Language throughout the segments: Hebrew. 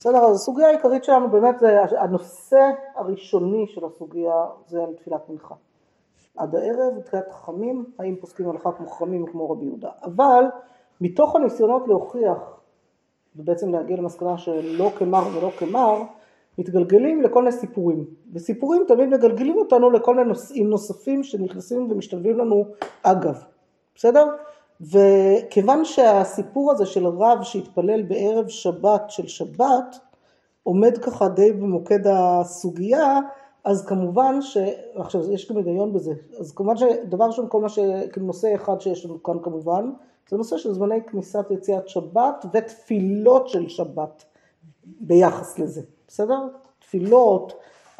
בסדר, אז הסוגיה העיקרית שלנו באמת זה הנושא הראשוני של הסוגיה זה על תפילת מנחה. עד הערב, תחילת חכמים, האם פוסקים הלכה כמו חכמים כמו רבי יהודה. אבל מתוך הניסיונות להוכיח ובעצם להגיע למסקנה שלא כמר ולא כמר, מתגלגלים לכל מיני סיפורים. וסיפורים תמיד מגלגלים אותנו לכל מיני נושאים נוספים שנכנסים ומשתלבים לנו אגב. בסדר? וכיוון שהסיפור הזה של רב שהתפלל בערב שבת של שבת, עומד ככה די במוקד הסוגיה, אז כמובן עכשיו יש גם היגיון בזה, אז כמובן שדבר ראשון כל מה שנושא אחד שיש לנו כאן כמובן, זה נושא של זמני כניסת יציאת שבת ותפילות של שבת ביחס לזה, בסדר? תפילות,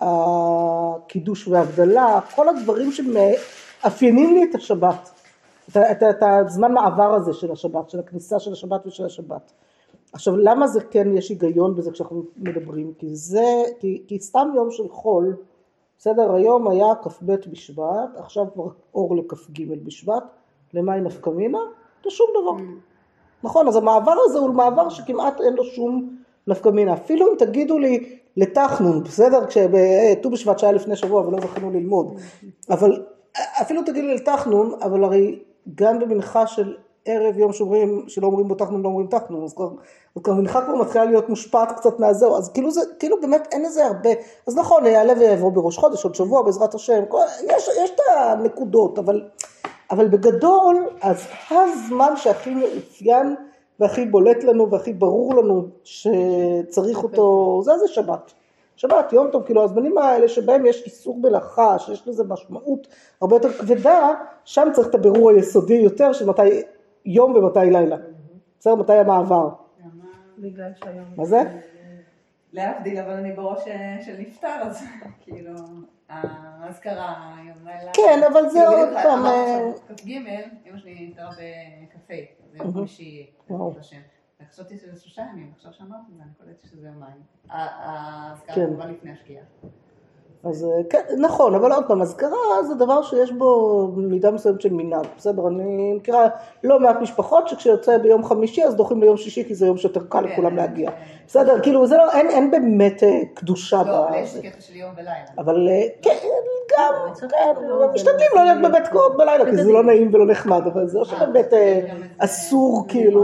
הקידוש והגדלה, כל הדברים שמאפיינים לי את השבת, את הזמן מעבר הזה של השבת, של הכניסה של השבת ושל השבת. עכשיו למה זה כן יש היגיון בזה כשאנחנו מדברים? כי סתם יום של חול, בסדר, היום היה כ"ב בשבט, עכשיו כבר אור לכ"ג בשבט, למה היא נפקא מינה? לשום דבר. נכון, אז המעבר הזה הוא מעבר שכמעט אין לו שום נפקא מינה. אפילו אם תגידו לי לתחנון, בסדר, כשט"ו בשבט שהיה לפני שבוע ולא זכינו ללמוד, אבל אפילו תגידו לי לתחנון, אבל הרי גם במנחה של ערב יום שאומרים, שלא אומרים בו תחנון, לא אומרים תחנון, אז כבר מנחה כבר מתחילה להיות מושפעת קצת מהזהו, אז כאילו באמת אין לזה הרבה, אז נכון, יעלה ויעבור בראש חודש, עוד שבוע בעזרת השם, יש את הנקודות, אבל בגדול, אז הזמן שהכי מאופיין, והכי בולט לנו, והכי ברור לנו, שצריך אותו, זה שבת. שבת, יום טוב, כאילו הזמנים האלה שבהם יש איסור מלאכה, שיש לזה משמעות הרבה יותר כבדה, שם צריך את הבירור היסודי יותר של מתי יום ומתי לילה. בסדר, מתי המעבר. בגלל שהיום... מה זה? להבדיל, אבל אני בראש של נפטר, אז כאילו, האזכרה יום לילה. כן, אבל זה עוד פעם... כ"ג, אמא שלי נפטרה בקפה, זה יום חמישי, השם. חשבתי שזה 3 ימים, עכשיו שאמרתי את זה, אני קולטתי שזה יומיים. האזכרה קורה לפני השקיעה. אז כן, נכון, אבל עוד פעם, אזכרה זה דבר שיש בו מידה מסוימת של מנהג, בסדר, אני מכירה לא מעט משפחות שכשיוצא ביום חמישי אז דוחים ליום שישי כי זה יום שיותר קל לכולם להגיע, בסדר, כאילו זה לא, אין באמת קדושה. לא, אבל יש קטע של יום ולילה. אבל כן, גם, משתדלים לא להיות בבית קורות בלילה, כי זה לא נעים ולא נחמד, אבל זה לא שבאמת אסור כאילו...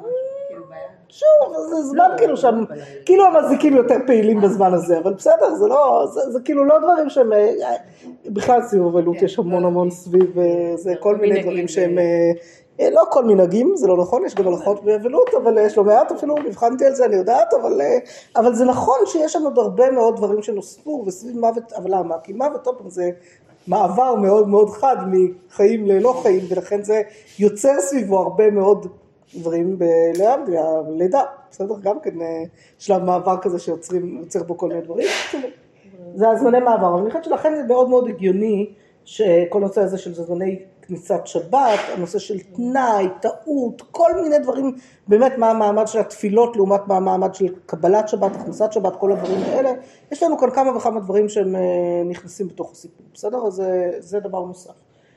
שוב, זה זמן כאילו שם, כאילו המזיקים יותר פעילים בזמן הזה, אבל בסדר, זה לא, זה כאילו לא דברים שהם, בכלל סיבוב אבלות יש המון סביב, זה כל מיני דברים שהם, לא כל מנהגים, זה לא נכון, יש גם הלכות באבלות, אבל יש לא מעט אפילו, הבחנתי על זה, אני יודעת, אבל זה נכון שיש לנו עוד הרבה מאוד דברים שנוספו, וסביב מוות, אבל למה? כי מוות, טוב, זה מעבר מאוד חד מחיים ללא חיים, ולכן זה יוצר סביבו הרבה מאוד דברים בלידה, בסדר? גם כן שלב מעבר כזה שיוצר בו כל מיני דברים, זה הזמני מעבר, אבל אני חושבת שלכן זה מאוד הגיוני שכל נושא הזה של זמני כניסת שבת, הנושא של תנאי, טעות, כל מיני דברים, באמת מה המעמד של התפילות לעומת מה המעמד של קבלת שבת, הכנסת שבת, כל הדברים האלה, יש לנו כאן כמה וכמה דברים שהם נכנסים בתוך הסיפור, בסדר? אז זה דבר נוסף.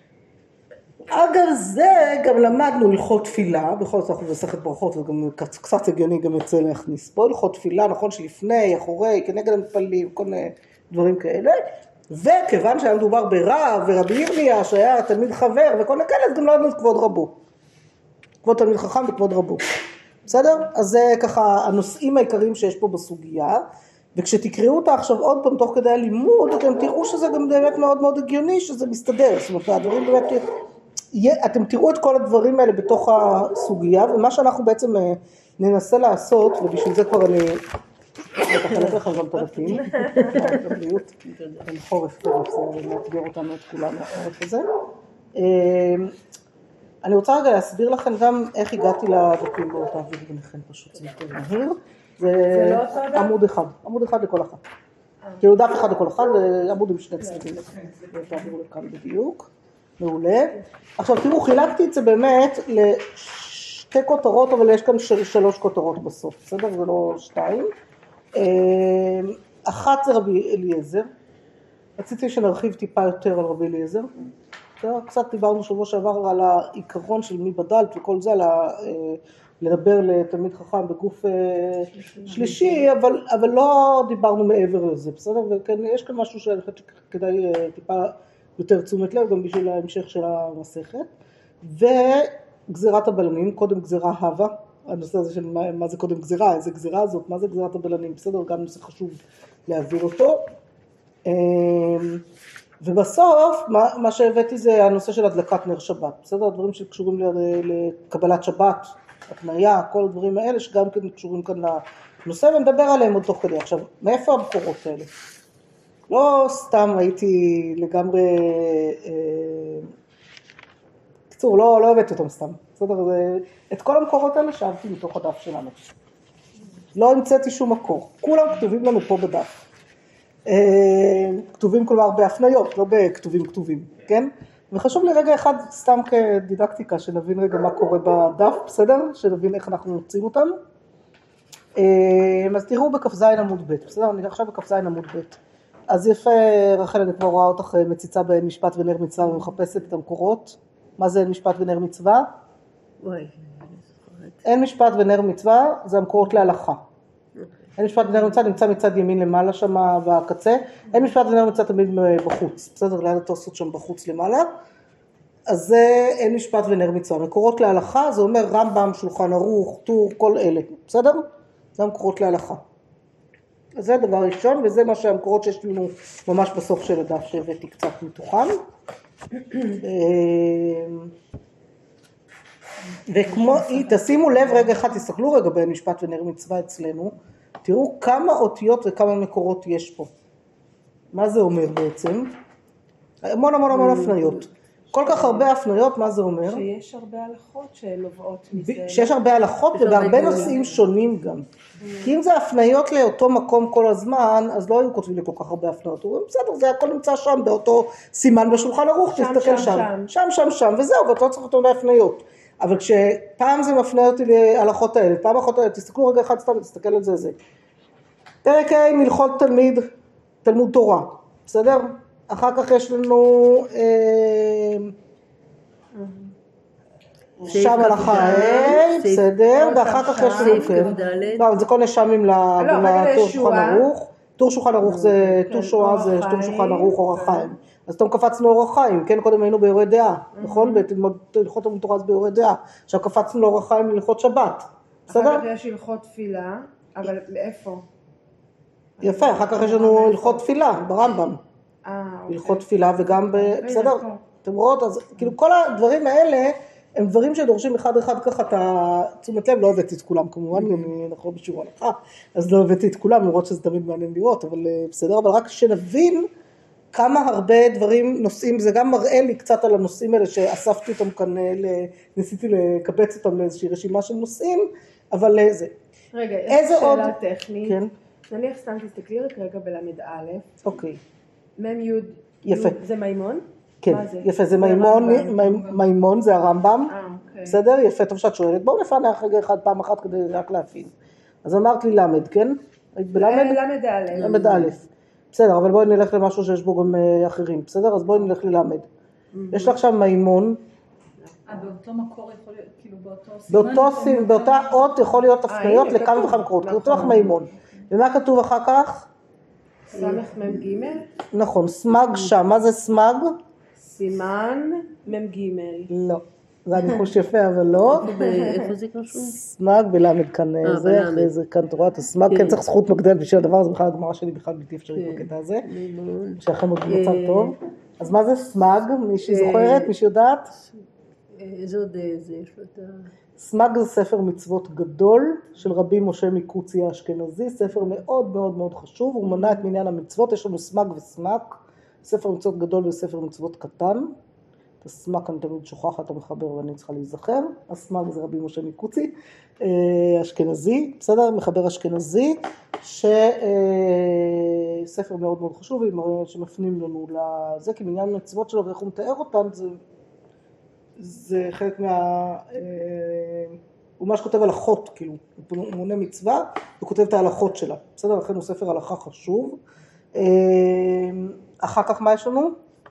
אגב זה גם למדנו הלכות תפילה, בכל זאת אנחנו במסכת ברכות, זה גם קצת הגיוני גם יוצא להכניס פה, הלכות תפילה, נכון שלפני, אחורי, כנגד המתפללים, כל מיני דברים כאלה, וכיוון שהיה מדובר ברב ורבי ירמיה שהיה תלמיד חבר וכל מיני כאלה, אז גם לא היה כבוד רבו, כבוד תלמיד חכם וכבוד רבו, בסדר? אז זה ככה הנושאים העיקריים שיש פה בסוגיה, וכשתקראו אותה עכשיו עוד פעם תוך כדי הלימוד, אתם תראו שזה גם באמת מאוד הגיוני שזה מסתדר, זאת אומרת הדברים באמת... אתם תראו את כל הדברים האלה בתוך הסוגיה, ומה שאנחנו בעצם ננסה לעשות, ובשביל זה כבר אני מתחלק לכם גם תרפים, בבריאות, אין חורף, זה מאתגר אותנו את כולם החורף הזה. אני רוצה רגע להסביר לכם גם איך הגעתי לדפים באותה אוויר ביניכם פשוט, זה יותר מהיר. זה עמוד אחד לכל אחת. כאילו דף אחד לכל אחד, עמוד עם 2 צדדים. תעבירו לכאן בדיוק. מעולה. עכשיו תראו, חילקתי את זה באמת לשתי כותרות, אבל יש כאן 3 כותרות בסוף, בסדר? זה לא 2. אחת זה רבי אליעזר. רציתי שנרחיב טיפה יותר על רבי אליעזר. קצת דיברנו שבוע שעבר על העיקרון של מי בדלת וכל זה, על לדבר לתלמיד חכם בגוף שלישי, אבל לא דיברנו מעבר לזה, בסדר? וכן, יש כאן משהו שאני חושבת שכדאי טיפה יותר תשומת לב, גם בשביל ההמשך של המסכת. וגזירת הבלמים, קודם גזירה הווה, הנושא הזה של מה זה קודם גזירה, איזה גזירה הזאת, מה זה גזירת הבלמים, בסדר? גם נושא חשוב להעביר אותו. ובסוף, מה שהבאתי זה הנושא של הדלקת נר שבת, בסדר? הדברים שקשורים לקבלת שבת, התניה, כל הדברים האלה שגם כן קשורים כאן לנושא, ונדבר עליהם עוד תוך כדי. עכשיו, מאיפה המקורות האלה? לא סתם הייתי לגמרי, קצור, לא הבאתי אותם סתם, בסדר? את כל המקורות האלה שאבתי מתוך הדף שלנו. לא המצאתי שום מקור, כולם כתובים לנו פה בדף. כתובים כלומר בהפניות, לא בכתובים, כן? וחשוב לי רגע אחד, סתם כדידקטיקה, שנבין רגע מה קורה בדף, בסדר? שנבין איך אנחנו מוצאים אותם. אז תראו בכ"ז עמוד ב', בסדר? אני עכשיו בכ"ז עמוד ב'. אז יפה, רחל, אני כבר רואה אותך מציצה באין משפט ונר מצווה ומחפשת את המקורות. מה זה אין משפט ונר מצווה? אין משפט ונר מצווה, זה המקורות להלכה. אין משפט ונר מצווה נמצא מצד ימין למעלה שם בקצה, אין משפט ונר מצווה תמיד בחוץ, בסדר? ליד התוספות שם בחוץ למעלה. אז זה אין משפט ונר מצווה. מקורות להלכה זה אומר רמב"ם, שולחן ערוך, טור, כל אלה, בסדר? זה המקורות להלכה. אז זה הדבר ראשון, וזה מה שהמקורות שיש לנו ממש בסוף של הדף שהבאתי קצת מתוכם. וכמו, תשימו לב רגע אחד, תסתכלו רגע בין משפט ונר מצווה אצלנו, תראו כמה אותיות וכמה מקורות יש פה. מה זה אומר בעצם? המון הפניות. כל כך הרבה הפניות, מה זה אומר? שיש הרבה הלכות שנובעות מזה. שיש הרבה הלכות ובהרבה נושאים שונים גם. כי אם זה הפניות לאותו מקום כל הזמן, אז לא היו כותבים לי כל כך הרבה הפניות. בסדר, זה הכל נמצא שם, באותו סימן בשולחן ערוך, תסתכל שם. שם, וזהו, ואתה לא צריך אותו להפניות. אבל כשפעם זה מפנה אותי להלכות האלה, פעם הלכות האלה, תסתכלו רגע אחד סתם, תסתכל על זה. פרק ה' מלכות תלמוד תורה, בסדר? אחר כך יש לנו שם הלכה בסדר, ואחר כך יש לנו, זה כל נשמים לטור שולחן ערוך, טור שולחן ערוך זה, טור שואה זה טור שולחן ערוך אור החיים, אז אתם קפצנו אור החיים, כן, קודם היינו ביורי דעה, נכון? בהלכות תלמוד תורה זה ביורי דעה, עכשיו קפצנו לאור החיים ללכות שבת, בסדר? אחר כך יש הלכות תפילה, אבל לאיפה? יפה, אחר כך יש לנו הלכות תפילה ברמב"ם. הלכות תפילה וגם בסדר, אתם רואות, אז כאילו כל הדברים האלה הם דברים שדורשים אחד ככה את תשומת לב, לא הבאתי את כולם כמובן, אנחנו בשיעור הלכה, אז לא הבאתי את כולם, למרות שזה תמיד מעניין לראות, אבל בסדר, אבל רק שנבין כמה הרבה דברים נושאים, זה גם מראה לי קצת על הנושאים האלה שאספתי אותם כאן, ניסיתי לקבץ אותם לאיזושהי רשימה של נושאים, אבל זה. רגע, יש שאלה טכנית, נניח סתם תסתכלי רגע בלמד א', אוקיי. מם י' יפה. זה מימון? כן, יפה, זה מימון, זה הרמב"ם, בסדר? יפה, טוב שאת שואלת, בואו נפענח רגע אחד פעם אחת כדי רק להפעיל. אז אמרת לי למד, כן? היית בלמד? למד א'. בסדר, אבל בואי נלך למשהו שיש בו גם אחרים, בסדר? אז בואי נלך ללמד. יש לך שם מימון. באותו מקור יכול להיות, כאילו באותו סימן. באותה אות יכול להיות הפניות לכמה וכמה מקורות. כתוב לך מימון. ומה כתוב אחר כך? סמך מ"ג? נכון, סמג שם, מה זה סמג? סימן מ"ג. לא, זה הניחוש יפה, אבל לא. איפה זה קשור? סמג בלמד כאן, זה כאן תורה, את הסמג, כן צריך זכות מקדמת בשביל הדבר, זה בכלל הגמרא שלי בכלל בלתי אפשרית בקטע הזה, שלכם עוד מצב טוב. אז מה זה סמג? מישהי זוכרת? מישהי יודעת? איזה עוד זה יש לו את ה... סמג זה ספר מצוות גדול של רבי משה מקוצי האשכנזי, ספר מאוד מאוד מאוד חשוב, הוא מונה את מניין המצוות, יש לנו סמג וסמק, ספר מצוות גדול וספר מצוות קטן, את הסמק אני תמיד שוכחת המחבר ואני צריכה להיזכר, הסמג זה רבי משה מקוצי האשכנזי, בסדר? מחבר אשכנזי, שספר מאוד מאוד חשוב, שמפנים לנו לזה, כי מניין המצוות שלו ואיך הוא מתאר אותן, זה חלק הוא מה שכותב הלכות, כאילו, הוא מונה מצווה, הוא כותב את ההלכות שלה, בסדר? לכן הוא ספר הלכה חשוב. אחר כך מה יש לנו?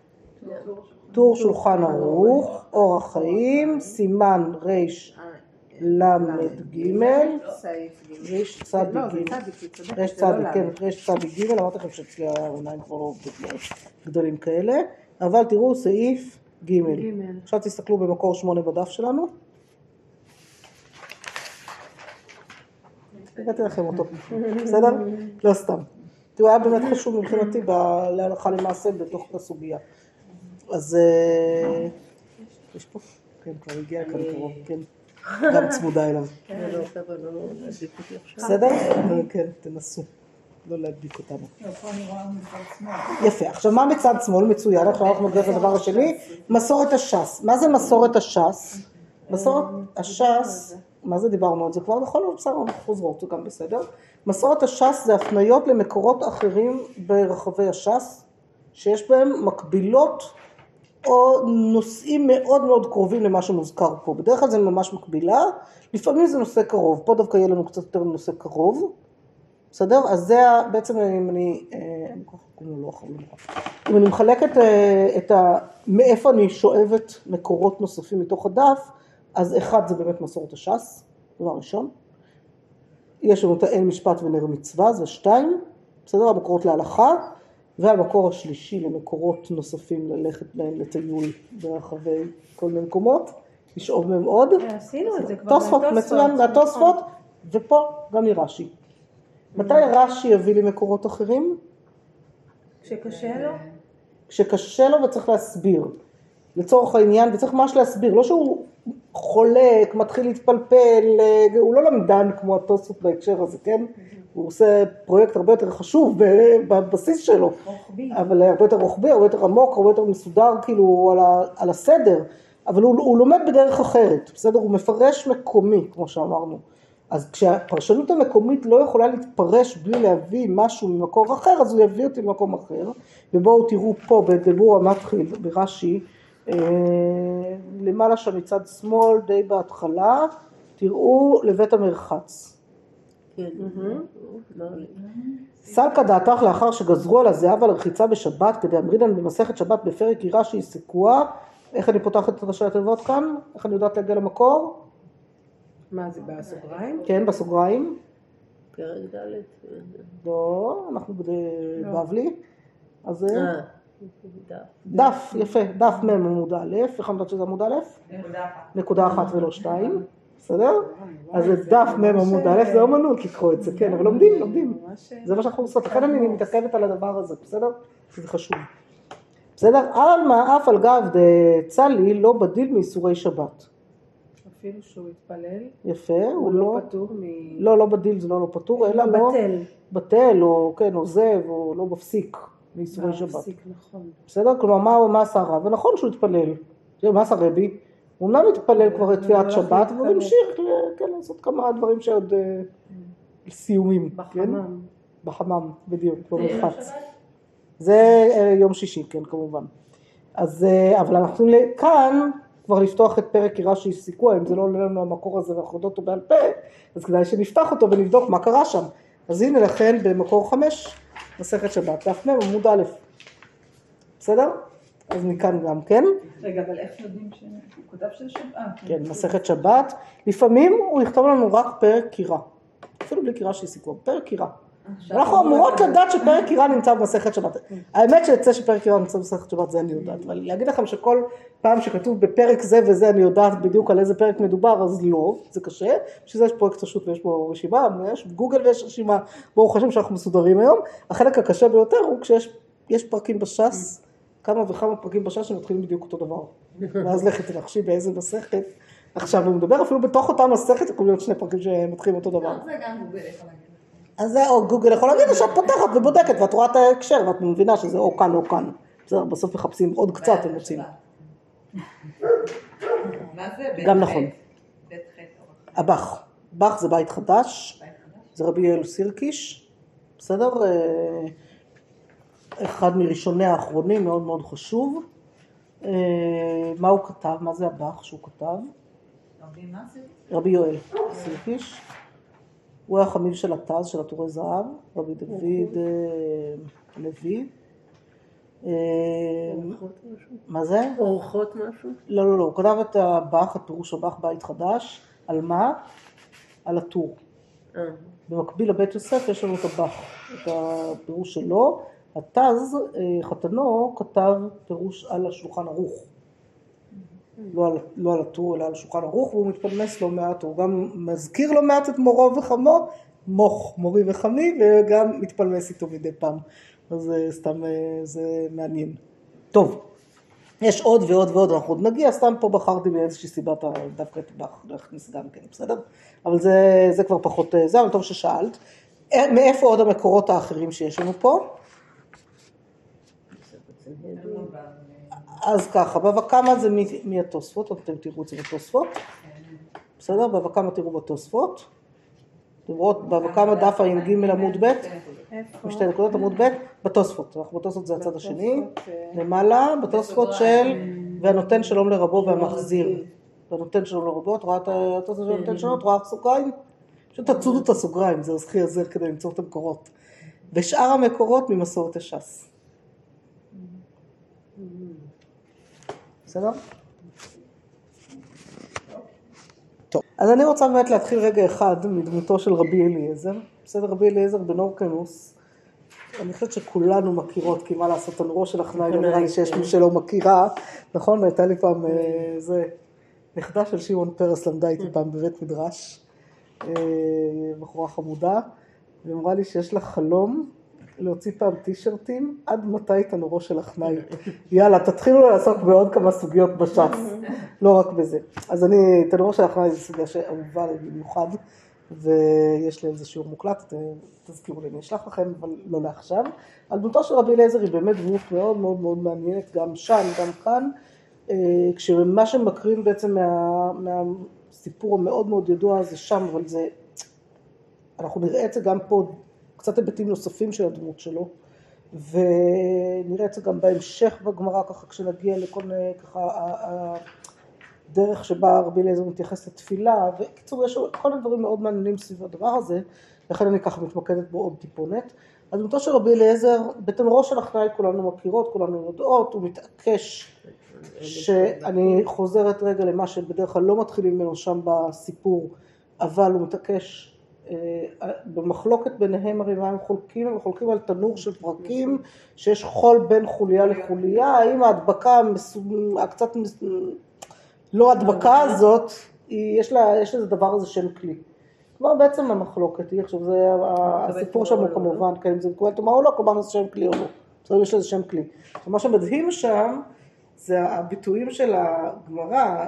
טור שולחן ערוך, אור החיים, סימן ר' למד ג' סעיף ג'. ריש צדיק לא, זה ג' צדיק, ריש צדיק, כן, ריש צדיק ג', אמרתי לכם שאצלי העיניים כבר לא גדולים כאלה, אבל תראו סעיף ג'. עכשיו תסתכלו במקור 8 בדף שלנו. הבאתי לכם אותו, בסדר? לא סתם. תראו, היה באמת חשוב מבחינתי להלכה למעשה בתוך הסוגיה. אז יש פה? כן, כבר הגיע כאן קרוב, כן. גם צמודה אליו. בסדר? כן, תנסו. לא להדביק אותנו. יפה. עכשיו, מה מצד שמאל? מצוין. עכשיו אנחנו מגיעים לדבר השני. מסורת הש"ס. מה זה מסורת הש"ס? מסורת הש"ס, מה זה דיברנו על זה כבר? נכון, בסדר, אנחנו חוזרות, זה גם בסדר. מסורת הש"ס זה הפניות למקורות אחרים ברחבי הש"ס, שיש בהם מקבילות או נושאים מאוד מאוד קרובים למה שמוזכר פה. בדרך כלל זה ממש מקבילה, לפעמים זה נושא קרוב. פה דווקא יהיה לנו קצת יותר נושא קרוב. בסדר? אז זה בעצם אם אני מחלקת מאיפה אני שואבת מקורות נוספים מתוך הדף, אז אחד זה באמת מסורת הש"ס, דבר ראשון. יש לנו את האין משפט ונר מצווה, זה 2, בסדר? המקורות להלכה, והמקור השלישי למקורות נוספים ללכת בהם לטיול ברחבי כל מיני מקומות, לשאוב מהם עוד. עשינו את זה כבר תוספות, מצוין, מהתוספות, ופה גם מרש"י. מתי רש"י יביא לי מקורות אחרים? כשקשה לו? כשקשה לו וצריך להסביר. לצורך העניין, וצריך ממש להסביר, לא שהוא חולק, מתחיל להתפלפל, הוא לא למדן כמו התוספות בהקשר הזה, כן? הוא עושה פרויקט הרבה יותר חשוב בבסיס שלו, אבל הרבה יותר רוחבי, הרבה יותר עמוק, הרבה יותר מסודר כאילו על הסדר, אבל הוא לומד בדרך אחרת, בסדר? הוא מפרש מקומי, כמו שאמרנו. אז כשהפרשנות המקומית לא יכולה להתפרש בלי להביא משהו ממקור אחר, אז הוא יביא אותי למקום אחר, ובואו תראו פה בדיבור המתחיל ברש"י, למעלה שם מצד שמאל, די בהתחלה, תראו לבית המרחץ. סלקא דעתך לאחר שגזרו על הזהב על הרחיצה בשבת, כדי אמרינן במסכת שבת בפרק רש"י סיקוה, איך אני פותחת את ראשי התיבות כאן? איך אני יודעת להגיע למקור? מה זה, בסוגריים? כן, בסוגריים. פרק ד'. לא, אנחנו בבלי. אז זה דף, יפה, דף מ' עמוד א', איך אני יודעת שזה עמוד א'? נקודה אחת ולא 2, בסדר? אז זה דף מ' עמוד א', זה אומנות לקרוא את זה, כן, אבל לומדים. זה מה שאנחנו עושות, לכן אני מתעכבת על הדבר הזה, בסדר? זה חשוב. בסדר? אלמה אף על גב דצלי לא בדיל מאיסורי שבת. אפילו שהוא התפלל. יפה, הוא לא פטור לא בדיל, זה לא פטור, אלא לא בטל, או כן, עוזב, או לא מפסיק מאיסורי שבת. נכון. בסדר? כלומר, מה עשה הרב? ונכון שהוא התפלל. מה עשה רבי? הוא אמנם התפלל כבר את תפילת שבת, והוא המשיך לעשות כמה דברים שעוד סיומים. בחמם. בחמם, בדיוק, במרחץ. זה יום שישי, כן, כמובן. אז, אבל אנחנו יכולים כאן כבר לפתוח את פרק רש"י סיקוה, אם זה לא עולה לנו המקור הזה ואנחנו יודעות אותו בעל פה, אז כדאי שנפתח אותו ונבדוק מה קרה שם. אז הנה לכן במקור 5, מסכת שבת, דף מ' עמוד א'. בסדר? אז מכאן גם כן. רגע, אבל איך יודעים שהוא כותב של שבת? כן, מסכת שבת. לפעמים הוא יכתוב לנו רק פרק קירה. אפילו בלי קירה שסיקוה, פרק קירה. אנחנו אמורות לדעת שפרק קירה נמצא במסכת שבת. האמת שיצא שפרק קירה נמצא במסכת שבת, זה אני יודעת. אבל להגיד לכם שכל פעם שכתוב בפרק זה וזה אני יודעת בדיוק על איזה פרק מדובר, אז לא, זה קשה. בשביל זה יש פרויקט פשוט ויש בו רשימה, יש גוגל ויש רשימה, ברוך השם שאנחנו מסודרים היום. החלק הקשה ביותר הוא כשיש פרקים בש"ס, כמה וכמה פרקים בש"ס שמתחילים בדיוק אותו דבר. ואז לכי תנחשי באיזה מסכת. עכשיו הוא מדבר אפילו בתוך אותה מסכת, יכולים להיות 2 פרקים שמתחילים אותו דבר. זה גם גוגל יכול להגיד. אז זה או גוגל יכול להגיד, שאת פותחת ובודקת, ואת רואה את ההקשר, ואת מבינה שזה או כאן או כאן. בסדר, בסוף מחפשים עוד קצת, הם מוצאים. מה זה? גם נכון. הבח. בח זה בית חדש, זה רבי יואל סירקיש, בסדר? אחד מראשוני האחרונים, מאוד מאוד חשוב. מה הוא כתב? מה זה הבח שהוא כתב? רבי יואל סירקיש. הוא היה חמיב של התז, של עטורי זהב, רבי דוד לוי. מה זה? אורחות משהו? לא, הוא כתב את הבח, את פירוש הבח בית חדש. על מה? על הטור. במקביל לבית יוסף יש לנו את הבח, את הפירוש שלו. התז, חתנו, כתב פירוש על השולחן ערוך. לא על הטור, אלא על השולחן ערוך, והוא מתפלמס לא מעט, הוא גם מזכיר לא מעט את מורו וחמו, מורי וחמי, וגם מתפלמס איתו מדי פעם. אז סתם זה מעניין. טוב, יש עוד ועוד ועוד, אנחנו עוד נגיע, סתם פה בחרתי באיזושהי סיבה, דווקא את הבח להכניס גם כן, בסדר? אבל זה כבר פחות, זה אבל טוב ששאלת. מאיפה עוד המקורות האחרים שיש לנו פה? אז ככה, בבא קמא זה מהתוספות, אתם תראו את זה בתוספות, בסדר? בבא קמא תראו בתוספות, תראו בבא קמא דף ע"ג עמוד ב', משתי נקודות עמוד ב', בתוספות, אנחנו בתוספות זה הצד השני, למעלה, בתוספות של והנותן שלום לרבו והמחזיר, והנותן שלום לרבו, את רואה את התוספות של הנותן שלום, את רואה סוגריים? פשוט תצודו את הסוגריים, זה הכי עזר כדי למצוא את המקורות, ושאר המקורות ממסורת הש"ס. בסדר? טוב, אז אני רוצה באמת להתחיל רגע אחד מדמותו של רבי אליעזר. בסדר, רבי אליעזר בן הורקנוס, אני חושבת שכולנו מכירות, כי מה לעשות, הנורו של החנאי, לא נראה לי שיש מי שלא מכירה, נכון? הייתה לי פעם, זה נכדה של שמעון פרס, למדה איתי פעם בבית מדרש, בחורה חמודה, ואמרה לי שיש לה חלום, להוציא פעם טישרטים, עד מתי את הנורו של החנאי. יאללה, תתחילו לעסוק בעוד כמה סוגיות בש"ס, לא רק בזה. אז את הנורו של החנאי זו סוגיה שאהובה לי במיוחד, ויש לי איזה שיעור מוקלט, תזכירו לי, אני אשלח לכם, אבל לא לעכשיו. על דמותו של רבי אליעזר היא באמת דמות מאוד מאוד מאוד מעניינת, גם שם, גם כאן, כשמה שמקרין בעצם מהסיפור המאוד מאוד ידוע זה שם, אבל זה, אנחנו נראה את זה גם פה, קצת היבטים נוספים של הדמות שלו, ונראה את זה גם בהמשך בגמרא, ככה כשנגיע לכל ככה הדרך שבה רבי אליעזר מתייחס לתפילה, וקיצור יש כל הדברים מאוד מעניינים סביב הדבר הזה, לכן אני ככה מתמקדת בו עוד טיפונת. הדמותו של רבי אליעזר, בתנורו של החנאי כולנו מכירות, כולנו יודעות, הוא מתעקש, שאני חוזרת רגע למה שבדרך כלל לא מתחילים ממנו שם בסיפור, אבל הוא מתעקש, במחלוקת ביניהם הרי מה הם חולקים? הם חולקים על תנור של פרקים שיש חול בין חוליה לחוליה, האם ההדבקה קצת לא הדבקה הזאת, יש לזה דבר הזה שם כלי. כלומר בעצם המחלוקת היא, עכשיו זה הסיפור שם הוא כמובן, כן, אם זה מקובל תאמר או לא, כלומר זה שם כלי או לא, בסדר יש לזה שם כלי. מה שמדהים שם, זה הביטויים של הגמרא,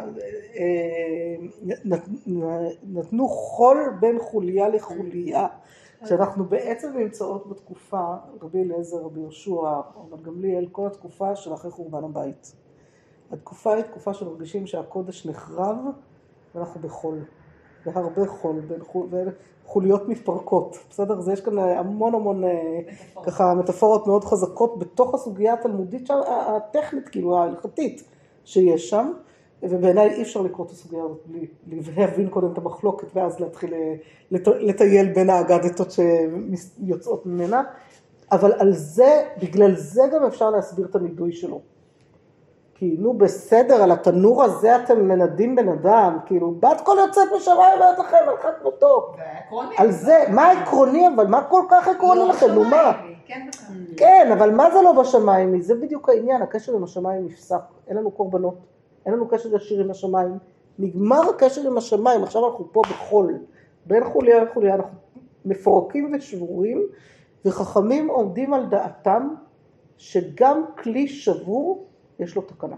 נתנו חול בין חוליה לחוליה, שאנחנו בעצם נמצאות בתקופה, רבי אליעזר, רבי יהושע, רבי גמליאל, כל התקופה של אחרי חורבן הבית. התקופה היא תקופה שמרגישים שהקודש נחרב, ואנחנו בחול, בהרבה חול, חוליות מתפרקות, בסדר? זה יש כאן המון ככה מטאפורות מאוד חזקות בתוך הסוגיה התלמודית שם, הטכנית כאילו ההלכתית שיש שם, ובעיניי אי אפשר לקרוא את הסוגיה הזאת בלי להבין קודם את המחלוקת ואז להתחיל לטייל בין האגדתות שיוצאות ממנה, אבל על זה, בגלל זה גם אפשר להסביר את הנידוי שלו. כאילו בסדר, על התנור הזה אתם מנדים בן אדם, כאילו בת קול יוצאת משמיים אומרת לכם, מלכת מותו. על זה, מה עקרוני, אבל מה כל כך עקרוני לכם, נו מה? כן, אבל מה זה לא בשמיים? זה בדיוק העניין, הקשר עם השמיים נפסק, אין לנו קורבנות, אין לנו קשר ישיר עם השמיים, נגמר הקשר עם השמיים, עכשיו אנחנו פה בחול, בין חוליה לחוליה, אנחנו מפורקים ושבורים, וחכמים עומדים על דעתם, שגם כלי שבור, יש לו תקנה.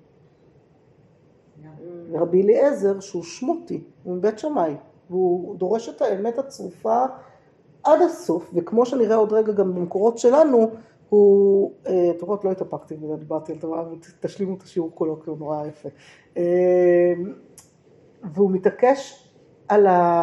ורבי אליעזר, שהוא שמותי, הוא מבית שמאי, והוא דורש את האמת הצרופה עד הסוף, וכמו שנראה עוד רגע גם במקורות שלנו, הוא, תורות לא התאפקתי, ודיברתי על דבר, תשלימו את השיעור כולו, כי הוא נורא יפה. והוא מתעקש על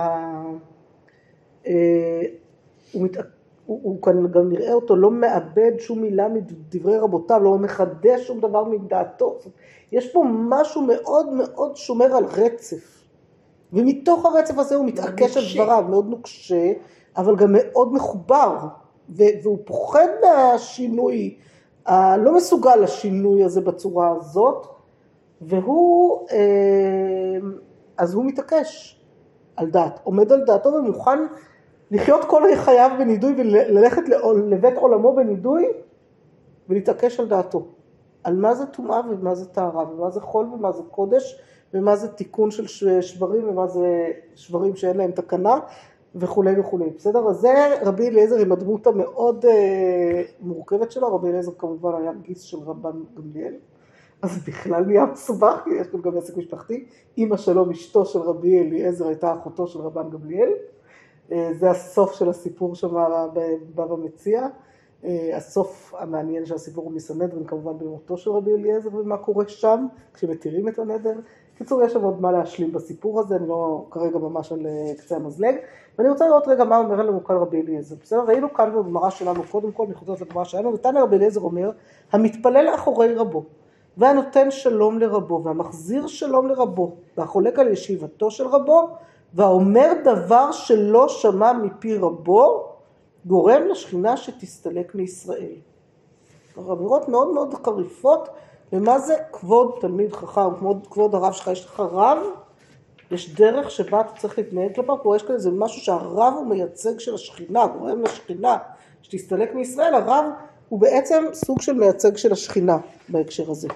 הוא כאן גם נראה אותו, לא מאבד שום מילה מדברי רבותיו, לא מחדש שום דבר מדעתו. יש פה משהו מאוד מאוד שומר על רצף, ומתוך הרצף הזה הוא מתעקש על דבריו, מאוד נוקשה, אבל גם מאוד מחובר, והוא פוחד מהשינוי, לא מסוגל לשינוי הזה בצורה הזאת, והוא, אז הוא מתעקש. על דעת, עומד על דעתו ומוכן לחיות כל חייו בנידוי וללכת לבית עולמו בנידוי ולהתעקש על דעתו. על מה זה טומאה ומה זה טהרה ומה זה חול ומה זה קודש ומה זה תיקון של שברים ומה זה שברים שאין להם תקנה וכולי וכולי. בסדר? אז זה רבי אליעזר עם הדמות המאוד מורכבת שלו. רבי אליעזר כמובן היה גיס של רבן גמליאל. אז בכלל נהיה מסובך, כי יש גם עסק משפחתי. אמא שלו, אשתו של רבי אליעזר, הייתה אחותו של רבן גמליאל. זה הסוף של הסיפור שם בבא מציעא. הסוף המעניין של הסיפור הוא מסנהדרין, כמובן במותו של רבי אליעזר ומה קורה שם, כשמתירים את הנדר. בקיצור, יש שם עוד מה להשלים בסיפור הזה, אני לא כרגע ממש על קצה המזלג. ואני רוצה לראות רגע מה אומר לנו כאן רבי אליעזר. בסדר, ראינו כאן בגמרא שלנו, קודם כל מחוזרת לגמרא שלנו, ותנא רבי אליעזר אומר, המתפלל אחורי רבו, והנותן שלום לרבו, והמחזיר שלום לרבו, והחולק על ישיבתו של רבו, והאומר דבר שלא שמע מפי רבו, גורם לשכינה שתסתלק מישראל. אמירות מאוד מאוד חריפות, ומה זה כבוד תלמיד חכם, כבוד הרב שלך, יש לך רב, יש דרך שבה אתה צריך להתנהג כלפיו, פה יש כאן איזה משהו שהרב הוא מייצג של השכינה, גורם לשכינה שתסתלק מישראל, הרב הוא בעצם סוג של מייצג של השכינה בהקשר הזה.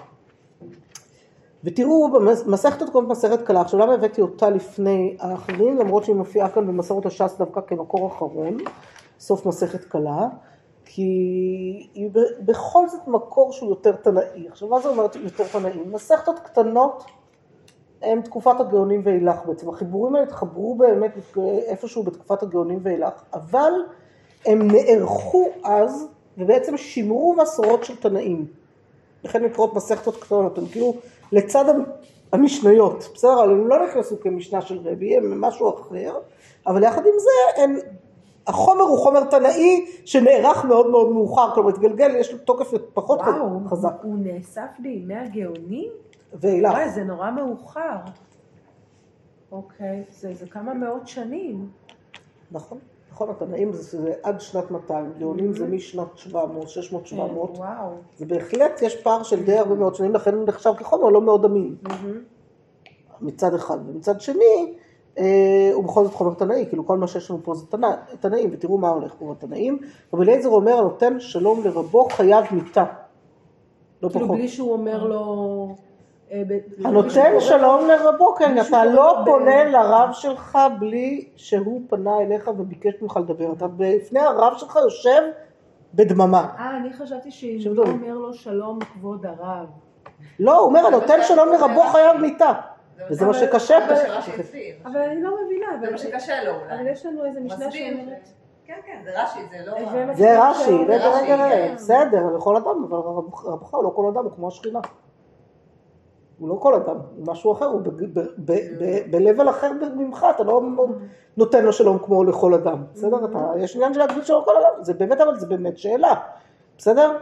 ותראו במסכת עוד מסכת קלה, עכשיו למה הבאתי אותה לפני האחרים, למרות שהיא מופיעה כאן במסורת הש"ס דווקא כמקור אחרון, סוף מסכת קלה, כי היא בכל זאת מקור שהוא יותר תנאי. עכשיו מה זה אומר יותר תנאי? מסכתות קטנות הם תקופת הגאונים ואילך בעצם, החיבורים האלה התחברו באמת איפשהו בתקופת הגאונים ואילך, אבל הם נערכו אז ובעצם שימרו מסורות של תנאים. לכן נקראות מסכתות קטנות, הם כאילו לצד המשניות, בסדר? הם לא נכנסו כמשנה של רבי, הם משהו אחר, אבל יחד עם זה החומר הוא חומר תנאי שנערך מאוד מאוד מאוחר, כלומר התגלגל, יש לו תוקף פחות חזק. הוא נאסף בימי הגאונים? ואילך. וואי, זה נורא מאוחר. אוקיי, זה כמה מאות שנים. נכון, נכון, התנאים זה עד שנת 200, גאונים זה משנת 700, 600-700. וואו. זה בהחלט, יש פער של די הרבה מאוד שנים, לכן הוא נחשב כחומר לא מאוד אמין. מצד אחד, ומצד שני, הוא בכל זאת חומר תנאי, כאילו כל מה שיש לנו פה זה תנאים, ותראו מה הולך פה בתנאים. רבי אליעזר אומר, הנותן שלום לרבו חייב מיתה. לא כאילו פחות. בלי שהוא אומר לו... הנותן שלום לרבו, כן, אתה לא פונה לרב שלך בלי שהוא פנה אליך וביקש ממך לדבר. אתה בפני הרב שלך יושב בדממה. אני חשבתי שאם הוא אומר לו שלום כבוד הרב. לא, הוא אומר, הנותן שלום לרבו חייב מיתה. וזה מה שקשה. אבל אני לא מבינה. זה מה שקשה לו. אבל יש לנו איזה משנה שאומרת... כן, כן, זה רש"י, זה לא... זה רש"י, רגע, בסדר, לכל אדם, אבל רבך הוא לא כל אדם, הוא כמו השכינה. הוא לא כל אדם, הוא משהו אחר, הוא ב-level אחר ממך, אתה לא נותן לו שלום כמו לכל אדם, בסדר? יש עניין של להגביל שלום כל אדם, זה באמת, אבל זה באמת שאלה, בסדר?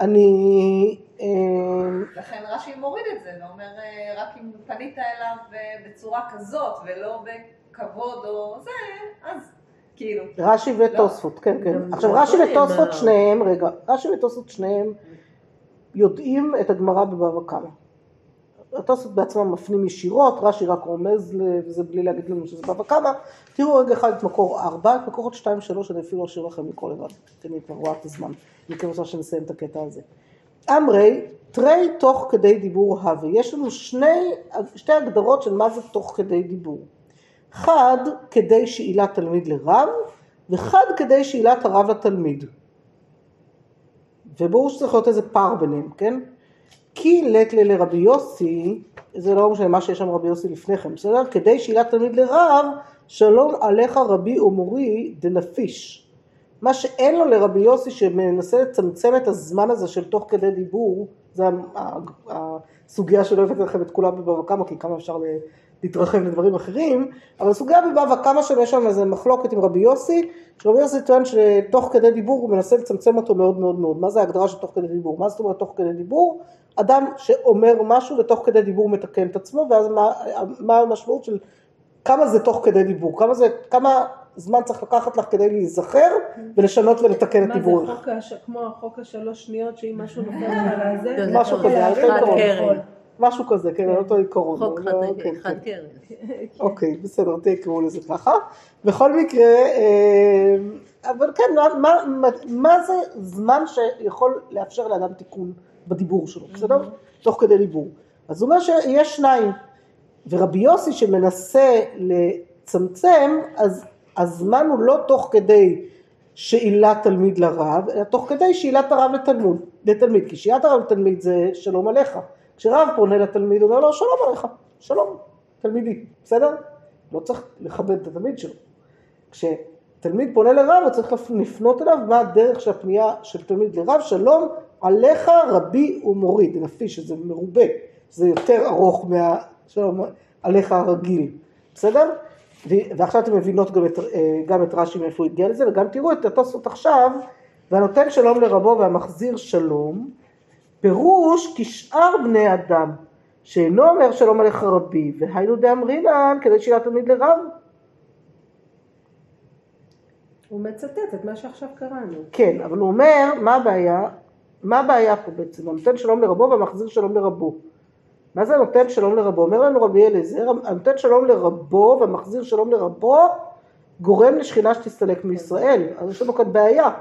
לכן רש"י מוריד את זה, ואומר, רק אם פנית אליו בצורה כזאת, ולא בכבוד או זה, אז כאילו... רש"י ותוספות, כן, כן. עכשיו, רש"י ותוספות שניהם, רגע, רש"י ותוספות שניהם יודעים את הגמרא בבבא קמא. התוספות בעצמם מפנים ישירות, רש"י רק רומז וזה בלי להגיד לנו שזה בבא קמא. תראו רגע אחד את מקור 4, את מקורות 2-3, אני אפילו אשאיר לכם מכל לבד. אני כבר רואה את הזמן, אני כבר רוצה שנסיים את הקטע הזה. אמרי, תרי תוך כדי דיבור הווה. יש לנו שתי הגדרות של מה זה תוך כדי דיבור. אחד, כדי שאילת תלמיד לרב, ואחד כדי שאילת הרב לתלמיד. וברור שצריך להיות איזה פער ביניהם, כן? כי לית לרבי יוסי, זה לא משנה מה שיש שם רבי יוסי לפניכם, בסדר? כדי שאילת תלמיד לרב, שלום עליך רבי ומורי דנפיש. מה שאין לו לרבי יוסי שמנסה לצמצם את הזמן הזה של תוך כדי דיבור, זה הסוגיה שלא הבאתי לכם את כולה בבבא קמא, כי כמה אפשר להתרחב לדברים אחרים, אבל הסוגיה בבבא קמא שיש שם איזה מחלוקת עם רבי יוסי, שרבי יוסי טוען שתוך כדי דיבור הוא מנסה לצמצם אותו מאוד מאוד מאוד. מה זה ההגדרה של תוך כדי דיבור? מה זאת אומרת תוך כדי דיבור? אדם שאומר משהו ותוך כדי דיבור מתקן את עצמו, ואז מה המשמעות של כמה זה תוך כדי דיבור? כמה זמן צריך לקחת לך כדי להיזכר ולשנות ולתקן את דיבורך? מה זה כמו החוק ה3 שניות שאם משהו נופל על זה? משהו כזה, משהו כזה, כן, אותו עיקרון. חוק חד קרן. אוקיי, בסדר, תקראו לזה ככה. בכל מקרה, אבל כן, מה זה זמן שיכול לאפשר לאדם תיקון בדיבור שלו, בסדר? תוך כדי דיבור. אז הוא אומר שיש שניים, ורבי יוסי שמנסה לצמצם, אז הזמן הוא לא תוך כדי שאילת תלמיד לרב, אלא תוך כדי שאילת הרב לתלמיד, כי שאילת הרב לתלמיד זה שלום עליך. כשרב פונה לתלמיד, הוא אומר לו שלום עליך, שלום, תלמידי, בסדר? לא צריך לכבד את התלמיד שלו. כשתלמיד פונה לרב, הוא צריך לפנות אליו, מה הדרך של הפנייה של תלמיד לרב, שלום עליך רבי ומורי, זה לפי שזה מרובה, זה יותר ארוך מהשלום עליך הרגיל, בסדר? ועכשיו אתם מבינות גם את רש"י מאיפה הוא הגיע לזה, וגם תראו את התוספות עכשיו, והנותן שלום לרבו והמחזיר שלום, פירוש כשאר בני אדם, שאינו אומר שלום עליך רבי, והיינו דאמרינן כדי שיהיה תלמיד לרב. הוא מצטט את מה שעכשיו קראנו. כן, אבל הוא אומר, מה הבעיה פה בעצם? הנותן שלום לרבו והמחזיר שלום לרבו. מה זה הנותן שלום לרבו? אומר לנו רבי אליעזר, הנותן שלום לרבו והמחזיר שלום לרבו, גורם לשכינה שתסתלק מישראל. אז יש לנו כאן בעיה.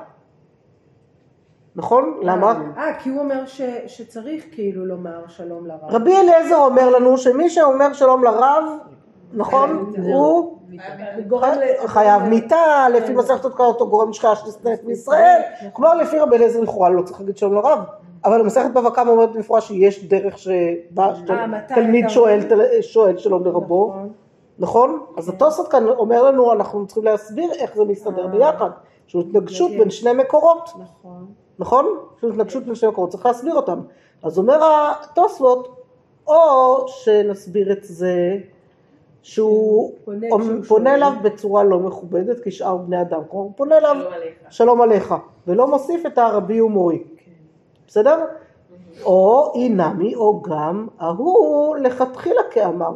נכון? למה? כי הוא אומר שצריך כאילו לומר שלום לרב. רבי אליעזר אומר לנו שמי שאומר שלום לרב, נכון? הוא חייב מיתה, לפי מסכת אותו גורם לשכינה שתסתלק מישראל, כמו לפי רבי אליעזר לכאורה לא צריך להגיד שלום לרב. אבל במסכת בבא קמא אומרת במפורש שיש דרך שבה תלמיד שואל שלום לרבו, נכון? אז התוספות כאן אומר לנו, אנחנו צריכים להסביר איך זה מסתדר ביחד, שהוא התנגשות בין שני מקורות, נכון? שהוא התנגשות בין שני מקורות, צריך להסביר אותם. אז אומר התוספות, או שנסביר את זה, שהוא פונה אליו בצורה לא מכובדת כשאר בני אדם, כלומר הוא פונה אליו שלום עליך, ולא מוסיף את הרבי ומורי. בסדר? או אינמי, או גם, ההוא לכתחילה כאמר.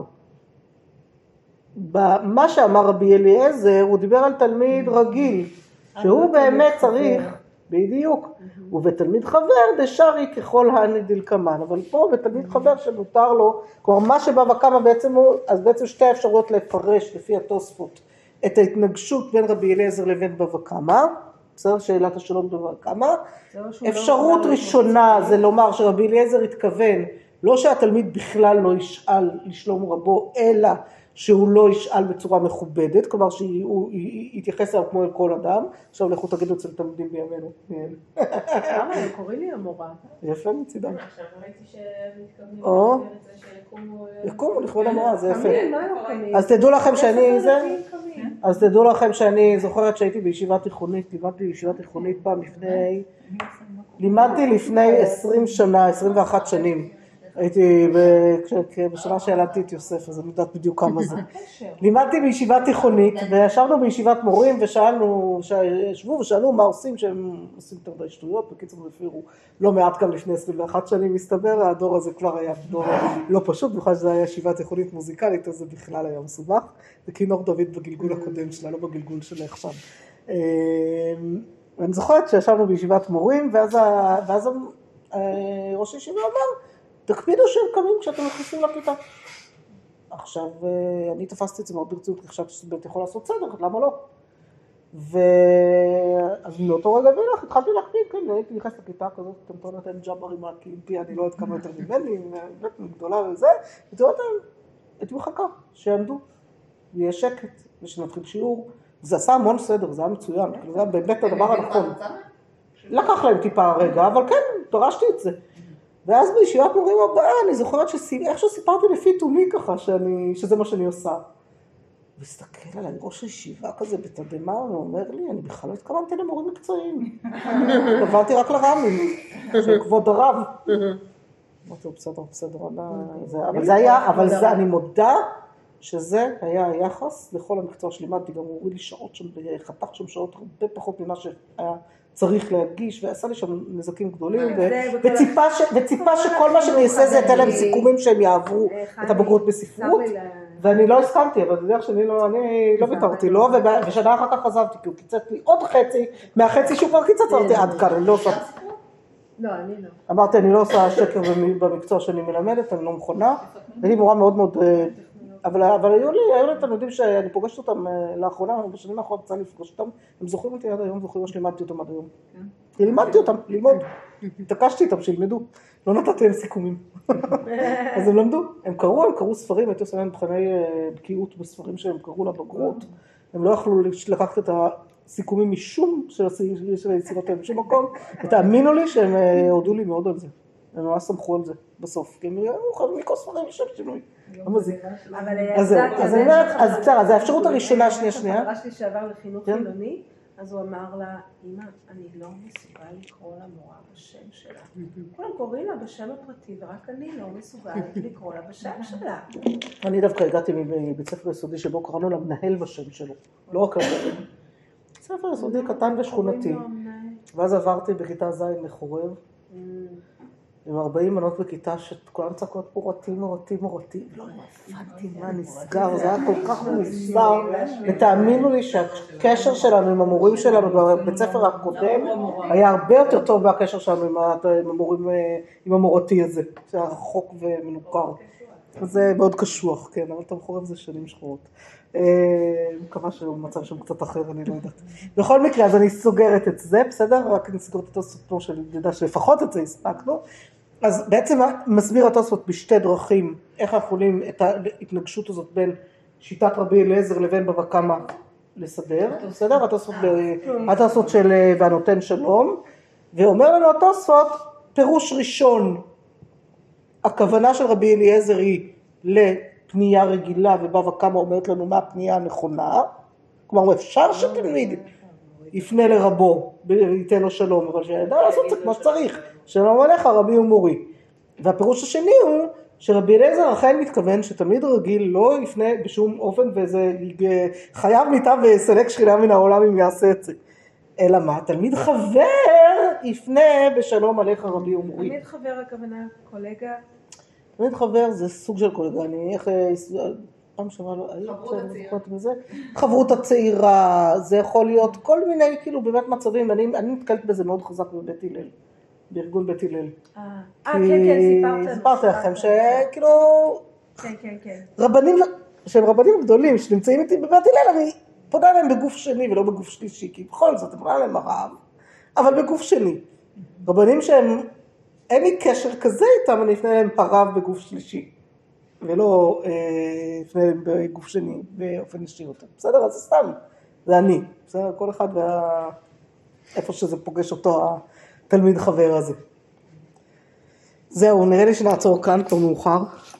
במה שאמר רבי אליעזר, הוא דיבר על תלמיד רגיל, שהוא באמת צריך, בדיוק, ובתלמיד חבר דשרי ככל הנדיל כמן, אבל פה בתלמיד חבר שנותר לו, כלומר מה שבבא קמא בעצם הוא, אז בעצם שתי אפשרויות לפרש לפי התוספות, את ההתנגשות בין רבי אליעזר לבין בבא קמא, בסדר, שאלת השלום בבבא קמא. אפשרות ראשונה זה לומר שרבי אליעזר התכוון, לא שהתלמיד בכלל לא ישאל לשלום רבו, אלא שהוא לא ישאל בצורה מכובדת, כלומר שהוא יתייחס אליו כמו אל כל אדם. עכשיו לכו תגידו אצל תלמידים בימינו. למה? קוראים לי המורה. יפה מצידם. עכשיו ראיתי שמתכוונים את זה יקומו לכבוד המורה, זה יפה. קמים. אז תדעו לכם שאני אז תדעו לכם שאני זוכרת שהייתי בישיבה תיכונית, לימדתי בישיבה תיכונית פעם לימדתי לפני 20 שנה, 21 שנים. הייתי בשנה שילדתי את יוסף, אז אני יודעת בדיוק כמה זה. לימדתי בישיבה תיכונית, וישבנו בישיבת מורים, ישבו ושאלו מה עושים, שהם עושים יותר שטויות, בקיצור הפריעו לא מעט גם לפני 21 שנים, מסתבר, הדור הזה כבר היה דור לא פשוט, במיוחד שזה היה ישיבה תיכונית מוזיקלית, אז זה בכלל היה מסובך, זה כינור דוד בגלגול הקודם שלה, לא בגלגול שלה עכשיו. ואני זוכרת שישבנו בישיבת מורים, ואז ראש הישיבה אמר, תקפידו שהם קמים כשאתם נכנסים לכיתה. עכשיו, אני תפסתי את זה מאוד ברצינות, כי חשבתי שזה באמת יכול לעשות סדר, למה לא? אז מאותו רגע ואילך, התחלתי להקפיד, כן, הייתי נכנס לכיתה כזאת, אתם פה נותן ג'אברים מהקלימפי, אני לא יודעת כמה יותר ממני, בטן גדולה וזה, הייתי מחכה, שיעמדו, יהיה שקט, ושנתחיל שיעור, זה עשה המון סדר, זה היה מצוין, זה היה באמת הדבר הנכון. לקח להם טיפה רגע, אבל כן, דרשתי את זה. ואז בישיבת מורים הבאה, אני זוכרת שאיכשהו סיפרתי לפי תומי ככה, שזה מה שאני עושה. והסתכל עליי ראש הישיבה כזה בתדהמה, ואומר לי, אני בכלל לא התכוונתי למורים מקצועיים. התכוונתי רק לרמים, של כבוד הרב. אמרתי, בסדר, אבל זה היה, אני מודה שזה היה היחס לכל המקצוע שלימדתי, גם הוא הוריד לי שעות שם, חתך שם שעות הרבה פחות ממה שהיה צריך להדגיש, ועשה לי שם נזקים גדולים, וציפה שכל מה שאני אעשה זה יתן להם סיכומים שהם יעברו את הבגרות בספרות, ואני לא הסכמתי, אבל בדרך שאני לא ויתרתי לו, ושנה אחר כך עזבתי, כי הוא קיצץ לי עוד חצי, מהחצי שהוא כבר קיצץ אותי עד כאן, אני לא עושה. לא, אני לא. אמרתי, אני לא עושה שקר במקצוע שאני מלמדת, אני לא מכונה. הייתי מורה מאוד מאוד, אבל היו לי תלמידים שאני פוגשת אותם לאחרונה, בשנים האחרונות יצא לפגוש אותם, הם זוכרים אותי עד היום, זוכרים שלימדתי אותם עד היום. לימדתי אותם, ללמוד. התעקשתי איתם שילמדו, לא נתתי להם סיכומים. אז הם למדו, הם קראו ספרים, הייתי עושה להם מבחני בקיאות בספרים שהם קראו לבגרות, הם לא יכלו לקחת את הסיכומים משום של היצירות האלה בשום מקום, ותאמינו לי שהם הודו לי מאוד על זה, הם ממש סמכו על זה בסוף, כי הם חייבים לקרוא ספרים לשם שינוי. אז זה האפשרות הראשונה, שנייה. חברה שלי שעבר לחינוך חילוני, אז הוא אמר לה, אמא, אני לא מסוגל לקרוא למורה בשם שלה. כולם קוראים לה בשם הפרטי, ורק אני לא מסוגל לקרוא לה בשם שלה. אני דווקא הגעתי מבית ספר יסודי שבו קראנו לה מנהל בשם שלו, לא רק לבן. בית ספר יסודי קטן ושכונתי. ואז עברתי בכיתה ז' לחורב, עם 40 בנות בכיתה שכולן צעקות פה מורתי, לא הבנתי מה נסגר, זה היה כל כך מוזר, ותאמינו לי שהקשר שלנו עם המורים שלנו בבית ספר הקודם היה הרבה יותר טוב מהקשר שלנו עם המורתי הזה, שהיה רחוק ומנוכר. זה מאוד קשוח, כן, אבל חורב זה שנים שחורות. מקווה שהמצב שם קצת אחר, אני לא יודעת. בכל מקרה, אז אני סוגרת את זה, בסדר? רק אני סוגרת את הסיפור של ידע שלפחות את זה הספקנו. אז בעצם מסביר התוספות בשתי דרכים, איך אנחנו יכולים את ההתנגשות הזאת בין שיטת רבי אליעזר לבין בבא קמא לסדר, בסדר? התוספות של והנותן שלום, ואומר לנו התוספות, פירוש ראשון, הכוונה של רבי אליעזר היא לפנייה רגילה, ובבא קמא אומרת לנו מה הפנייה הנכונה, כלומר אפשר שתלמיד יפנה לרבו, ייתן לו שלום, אבל שידע לעשות את זה כמו שצריך, שלום עליך רבי ומורי. והפירוש השני הוא שרבי אליעזר אכן מתכוון שתלמיד רגיל לא יפנה בשום אופן, וזה חייב מיטה וסלק שכינה מן העולם אם יעשה את זה. אלא מה? תלמיד חבר יפנה בשלום עליך רבי ומורי. תלמיד חבר הכוונה קולגה? תלמיד חבר זה סוג של קולגה, אני איך... פעם שמע לו, חברות הצעירה, זה יכול להיות כל מיני כאילו באמת מצבים, אני נתקלת בזה מאוד חזק בבית הלל, בארגון בית הלל. כן, סיפרתי לכם שכאילו, כן. רבנים, שהם רבנים גדולים שנמצאים איתי בבית הלל, אני פונה להם בגוף שני ולא בגוף שלישי, כי בכל זאת, אני פונה להם הרב, אבל בגוף שני. רבנים שהם, אין לי קשר כזה איתם, אני אפנה להם הרב בגוף שלישי. ולא לפני בגוף שני, באופן אישי יותר. בסדר? אז זה סתם, זה אני. בסדר? כל אחד איפה שזה פוגש אותו, התלמיד חבר הזה. זהו, נראה לי שנעצור כאן, כבר מאוחר.